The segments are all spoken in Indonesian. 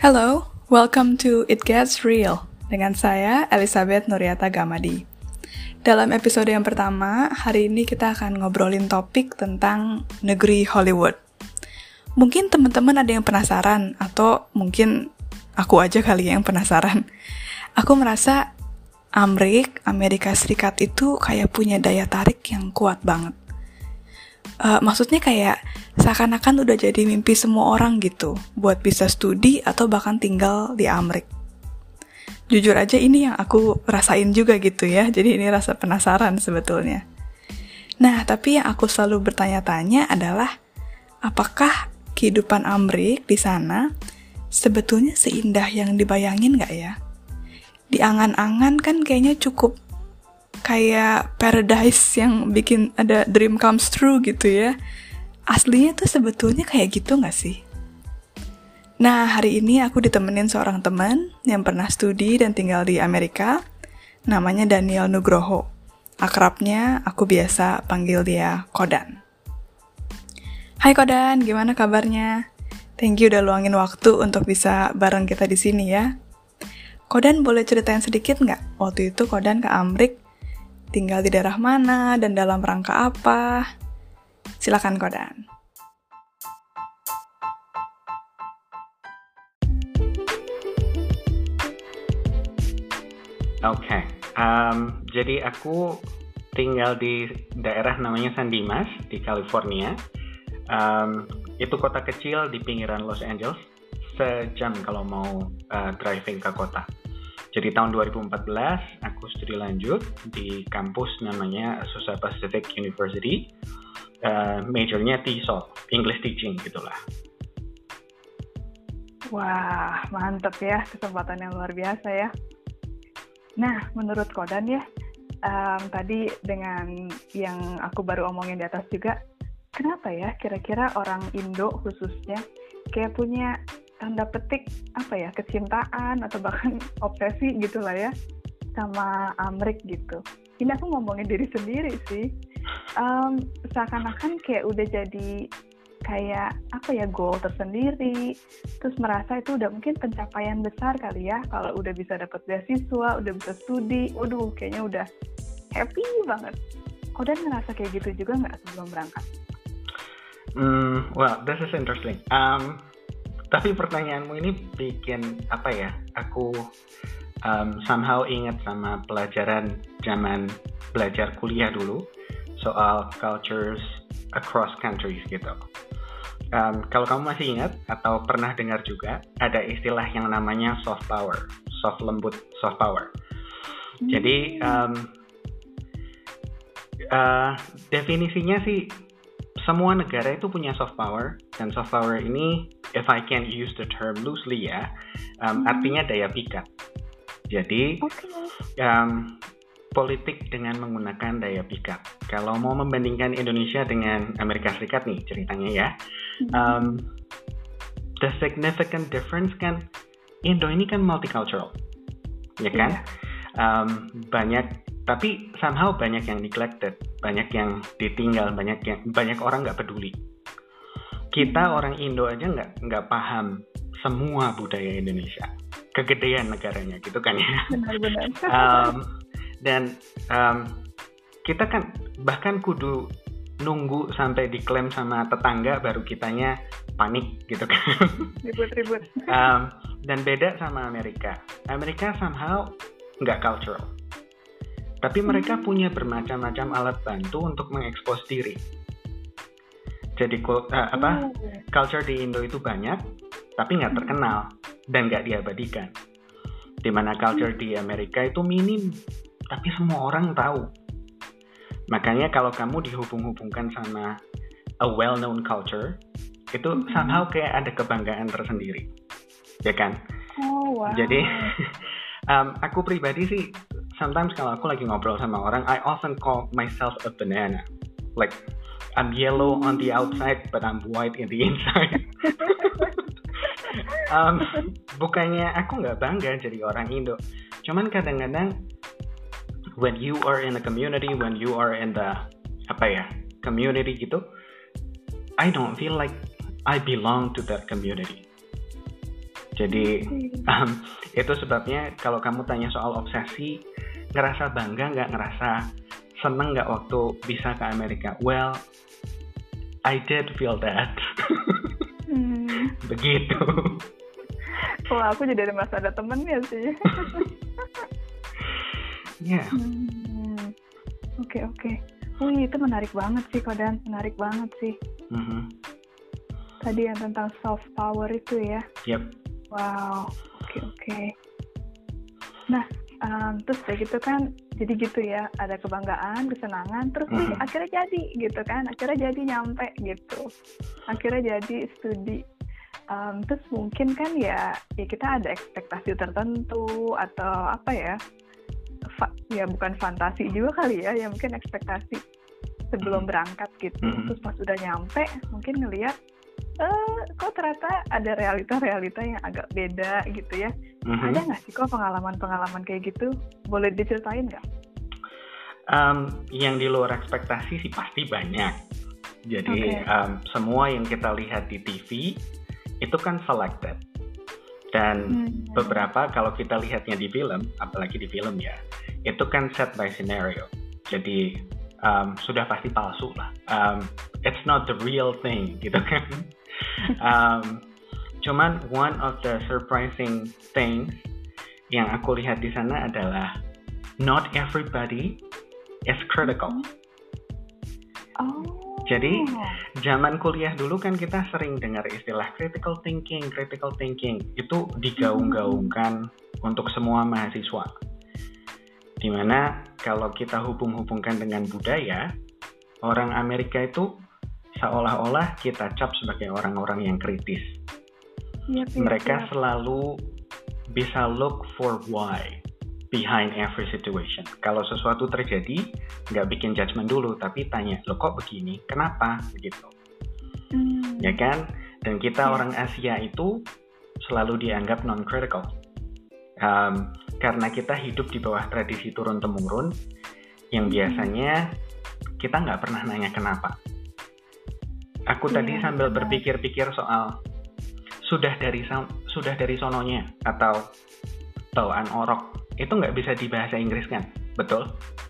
Hello, welcome to It Gets Real dengan saya Elizabeth Nuriata Gamadi. Dalam episode yang pertama, hari ini kita akan ngobrolin topik tentang negeri Hollywood. Mungkin teman-teman ada yang penasaran, atau mungkin aku aja kali yang penasaran. Aku merasa Amerika Serikat itu kayak punya daya tarik yang kuat banget. Maksudnya kayak seakan-akan udah jadi mimpi semua orang gitu, buat bisa studi atau bahkan tinggal di Amerika. Jujur aja ini yang aku rasain juga gitu ya, jadi ini rasa penasaran sebetulnya. Nah, tapi yang aku selalu bertanya-tanya adalah, apakah kehidupan Amerika di sana sebetulnya seindah yang dibayangin gak ya? Di angan-angan kan kayaknya cukup kayak paradise yang bikin ada dream comes true gitu ya. Aslinya tuh sebetulnya kayak gitu gak sih? Nah, hari ini aku ditemenin seorang teman yang pernah studi dan tinggal di Amerika. Namanya Daniel Nugroho. Akrabnya aku biasa panggil dia Kodan. Hai Kodan, gimana kabarnya? Thank you udah luangin waktu untuk bisa bareng kita di sini ya. Kodan boleh ceritain sedikit nggak? Waktu itu Kodan ke Amerika tinggal di daerah mana dan dalam rangka apa? Silakan Kodan. Oke, jadi aku tinggal di daerah namanya San Dimas di California. Itu kota kecil di pinggiran Los Angeles, sejam kalau mau driving ke kota. Jadi tahun 2014 aku studi lanjut di kampus namanya Azusa Pacific University, majornya TESOL, English Teaching gitulah. Wah, mantep ya, kesempatan yang luar biasa ya. Nah, menurut Kodan ya, tadi dengan yang aku baru omongin di atas juga, kenapa ya kira-kira orang Indo khususnya kayak punya tanda petik kecintaan atau bahkan obsesi gitulah ya sama Amerika gitu. Ini aku ngomongin diri sendiri sih. Seakan-akan kayak udah jadi kayak goal tersendiri. Terus merasa itu udah mungkin pencapaian besar kali ya kalau udah bisa dapat beasiswa, udah bisa studi. Waduh, kayaknya udah happy banget. Kodan ngerasa kayak gitu juga nggak sebelum berangkat? Well, this is interesting. Tapi pertanyaanmu ini bikin aku somehow ingat sama pelajaran zaman belajar kuliah dulu soal cultures across countries gitu. Kalau kamu masih ingat atau pernah dengar juga, ada istilah yang namanya soft power, soft lembut, soft power. Jadi definisinya sih semua negara itu punya soft power, dan soft power ini, if I can use the term loosely ya, artinya daya pikat. Jadi, politik dengan menggunakan daya pikat. Kalau mau membandingkan Indonesia dengan Amerika Serikat nih ceritanya ya, the significant difference kan, Indo ini kan multicultural, ya kan? Banyak, tapi somehow banyak yang neglected, banyak yang ditinggal, banyak orang nggak peduli. Kita orang Indo aja nggak paham semua budaya Indonesia, kegedean negaranya gitu kan ya. Benar-benar. Dan kita kan bahkan kudu nunggu sampai diklaim sama tetangga baru kitanya panik gitu kan. Ribut-ribut. Dan beda sama Amerika. Amerika somehow nggak cultural. Tapi mereka punya bermacam-macam alat bantu untuk mengekspos diri. Jadi culture di Indo itu banyak, tapi nggak terkenal dan nggak diabadikan. Dimana culture di Amerika itu minim, tapi semua orang tahu. Makanya kalau kamu dihubung-hubungkan sama a well-known culture, itu somehow kayak ada kebanggaan tersendiri, ya kan? Oh, wow. Jadi aku pribadi sih, sometimes kalau aku lagi ngobrol sama orang, I often call myself a banana. Like, I'm yellow on the outside, but I'm white in the inside. Bukannya aku nggak bangga jadi orang Indo. Cuman kadang-kadang, when you are in a community, when you are in the, community gitu, I don't feel like I belong to that community. Jadi itu sebabnya kalau kamu tanya soal obsesi, ngerasa bangga nggak, ngerasa seneng nggak waktu bisa ke Amerika? Well, I did feel that. Begitu. Kalau aku jadi merasa ada temennya sih. Yeah. Oke. Wih, itu menarik banget sih, Kodan. Menarik banget sih. Tadi yang tentang soft power itu ya. Yep. Wow. Oke. Nah, terus kayak gitu kan, jadi gitu ya, ada kebanggaan, kesenangan, terus akhirnya jadi gitu kan, akhirnya jadi nyampe gitu, akhirnya jadi studi. Terus mungkin kan ya kita ada ekspektasi tertentu atau apa ya, ya bukan fantasi juga kali ya mungkin ekspektasi sebelum berangkat gitu. Terus pas udah nyampe mungkin ngelihat kok ternyata ada realita yang agak beda gitu ya. Ada nggak sih kok pengalaman kayak gitu? Boleh diceritain nggak? Yang di luar ekspektasi sih pasti banyak. Jadi semua yang kita lihat di TV itu kan selected. Dan beberapa kalau kita lihatnya di film, apalagi di film ya, itu kan set by scenario. Jadi sudah pasti palsu lah. It's not the real thing gitu kan. Cuman one of the surprising things yang aku lihat di sana adalah not everybody is critical. Jadi zaman kuliah dulu kan kita sering dengar istilah critical thinking itu digaung-gaungkan untuk semua mahasiswa. Dimana kalau kita hubung-hubungkan dengan budaya, orang Amerika itu seolah-olah kita cap sebagai orang-orang yang kritis. Mereka selalu bisa look for why behind every situation. Kalau sesuatu terjadi, nggak bikin judgement dulu, tapi tanya, lo kok begini? Kenapa? Begitu. Ya kan? Dan kita orang Asia itu selalu dianggap non-critical. Karena kita hidup di bawah tradisi turun-temurun, yang biasanya kita nggak pernah nanya kenapa. Aku tadi sambil berpikir-pikir soal sudah dari sononya atau bawaan orok, itu nggak bisa di bahasa Inggris kan, betul?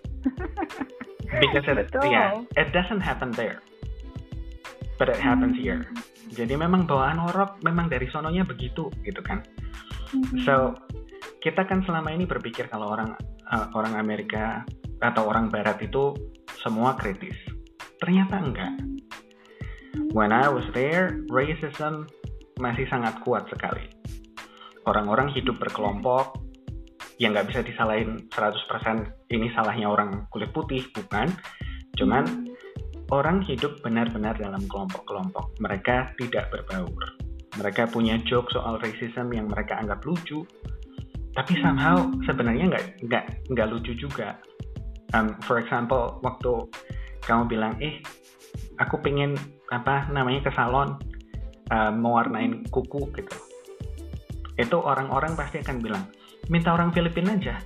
Because it doesn't happen there, but it happens here. Jadi memang bawaan orok memang dari sononya begitu, gitu kan? So kita kan selama ini berpikir kalau orang Amerika atau orang Barat itu semua kritis. Ternyata enggak. When I was there, racism masih sangat kuat sekali. Orang-orang hidup berkelompok, yang nggak bisa disalahin 100% ini salahnya orang kulit putih, bukan. Cuman orang hidup benar-benar dalam kelompok-kelompok. Mereka tidak berbaur. Mereka punya joke soal racism yang mereka anggap lucu, tapi somehow sebenarnya nggak lucu juga. For example, waktu kamu bilang, aku pengen ke salon mewarnain kuku gitu. Itu orang-orang pasti akan bilang, minta orang Filipina aja.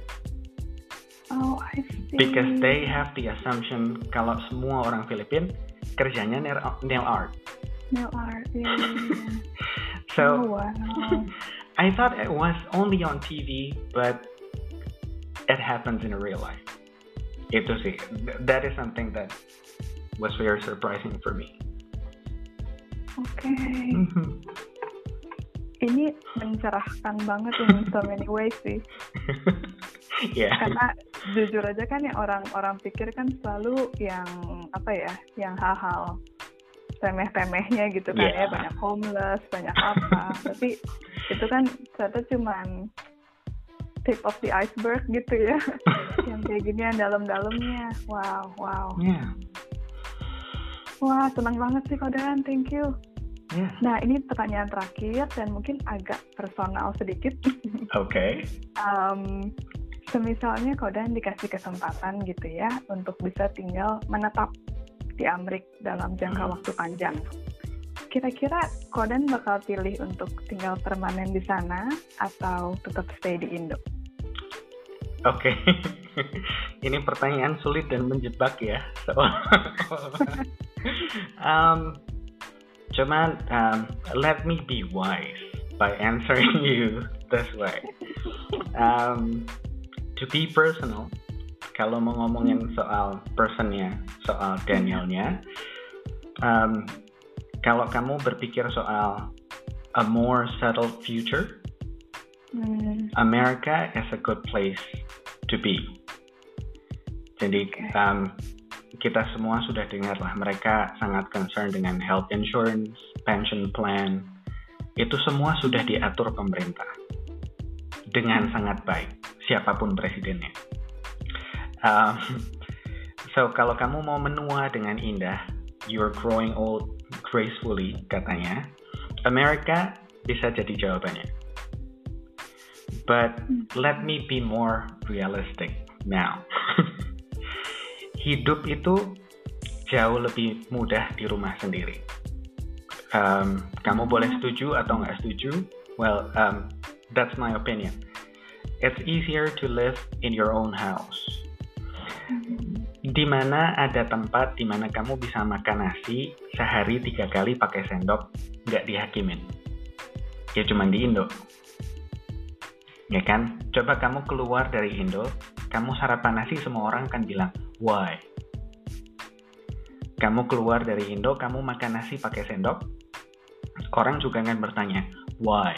Oh, I see. Because they have the assumption kalau semua orang Filipin kerjanya nail art. Nail art, yeah. So, wow. I thought it was only on TV, but it happens in real life. Itu sih, that is something that was very surprising for me. Oke. Ini mencerahkan banget in so many ways sih. Karena jujur aja kan yang orang pikir kan selalu yang yang hal-hal remeh-temehnya gitu kan ya, banyak homeless, banyak apa. Tapi itu kan ternyata cuman tip of the iceberg gitu ya. Yang kayak gini yang dalam-dalamnya. Wow. Wah, senang banget sih Kodan, thank you. Nah, ini pertanyaan terakhir dan mungkin agak personal sedikit. Oke. Semisalnya Kodan dikasih kesempatan gitu ya untuk bisa tinggal menetap di Amerika dalam jangka waktu panjang. Kira-kira Kodan bakal pilih untuk tinggal permanen di sana atau tetap stay di Indo? Oke. Ini pertanyaan sulit dan menjebak ya. Cuman let me be wise. by answering you this way. To be personal, kalau mau ngomongin soal personnya, soal Danielnya, kalau kamu berpikir soal a more settled future, America is a good place to be. Jadi kita semua sudah dengar lah, mereka sangat concern dengan health insurance, pension plan, itu semua sudah diatur pemerintah dengan sangat baik, siapapun presidennya. So kalau kamu mau menua dengan indah, you're growing old gracefully katanya, Amerika bisa jadi jawabannya. But let me be more realistic now. Hidup itu jauh lebih mudah di rumah sendiri. Kamu boleh setuju atau nggak setuju? Well, that's my opinion. It's easier to live in your own house. Di mana ada tempat di mana kamu bisa makan nasi sehari 3 kali pakai sendok, nggak dihakimin. Ya cuman di Indo. Ya kan? Coba kamu keluar dari Indo, kamu sarapan nasi semua orang kan bilang, why? Kamu keluar dari Indo, kamu makan nasi pakai sendok, orang juga akan bertanya, why?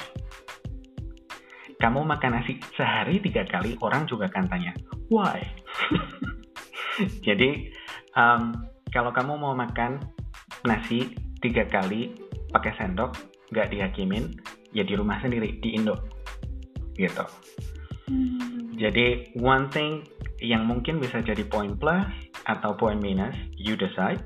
Kamu makan nasi sehari 3 kali, orang juga akan tanya, why? Jadi, kalau kamu mau makan nasi 3 kali pakai sendok, nggak dihakimin, ya di rumah sendiri, di Indo. Gitu. Jadi, one thing yang mungkin bisa jadi point plus atau point minus, you decide.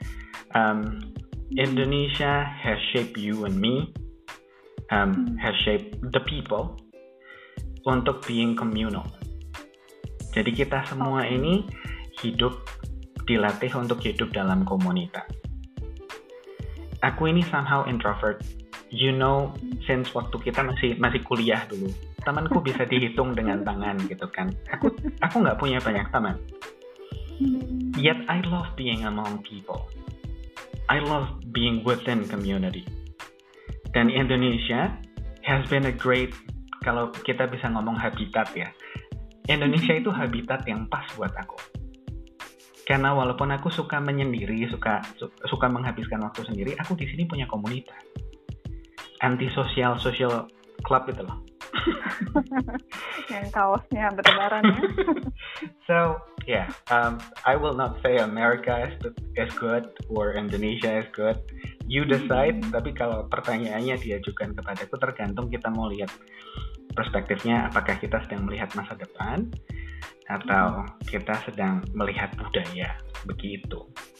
Indonesia has shaped you and me, has shaped the people untuk being communal. Jadi kita semua ini dilatih untuk hidup dalam komunitas. Aku ini somehow introvert. You know, since waktu kita masih kuliah dulu, temanku bisa dihitung dengan tangan gitu kan. Aku nggak punya banyak teman. Yet I love being among people. I love being within community. Dan Indonesia has been a great, kalau kita bisa ngomong habitat ya, Indonesia itu habitat yang pas buat aku. Karena walaupun aku suka menyendiri, suka menghabiskan waktu sendiri, aku di sini punya komunitas. Anti-social club itu loh. Yang kaosnya bertebaran ya. So, yeah, I will not say America is good or Indonesia is good. You decide, tapi kalau pertanyaannya diajukan kepadaku, tergantung kita mau lihat perspektifnya, apakah kita sedang melihat masa depan atau kita sedang melihat budaya, begitu.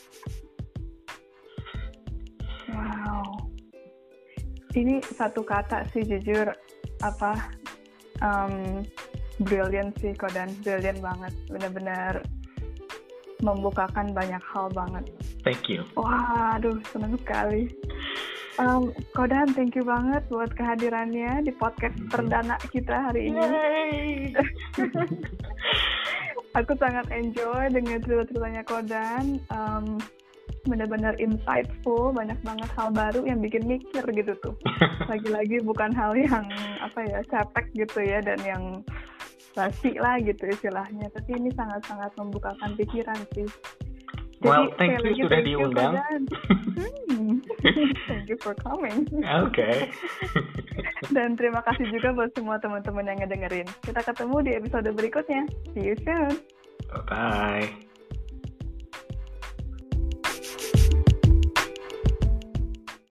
Wow. Ini satu kata sih jujur, brilliant sih Kodan, brilliant banget, benar-benar membukakan banyak hal banget. Thank you. Wah, aduh senang sekali. Kodan, thank you banget buat kehadirannya di podcast perdana kita hari ini. Aku sangat enjoy dengan cerita-ceritanya Kodan. Benar-benar insightful, banyak banget hal baru yang bikin mikir gitu tuh. Lagi-lagi bukan hal yang capek gitu ya, dan yang basi lah gitu istilahnya, tapi ini sangat-sangat membukakan pikiran sih. Well, thank you sudah diundang. Thank you for coming. Okay. Dan terima kasih juga buat semua teman-teman yang ngedengerin. Kita ketemu di episode berikutnya. See you soon. Bye-bye.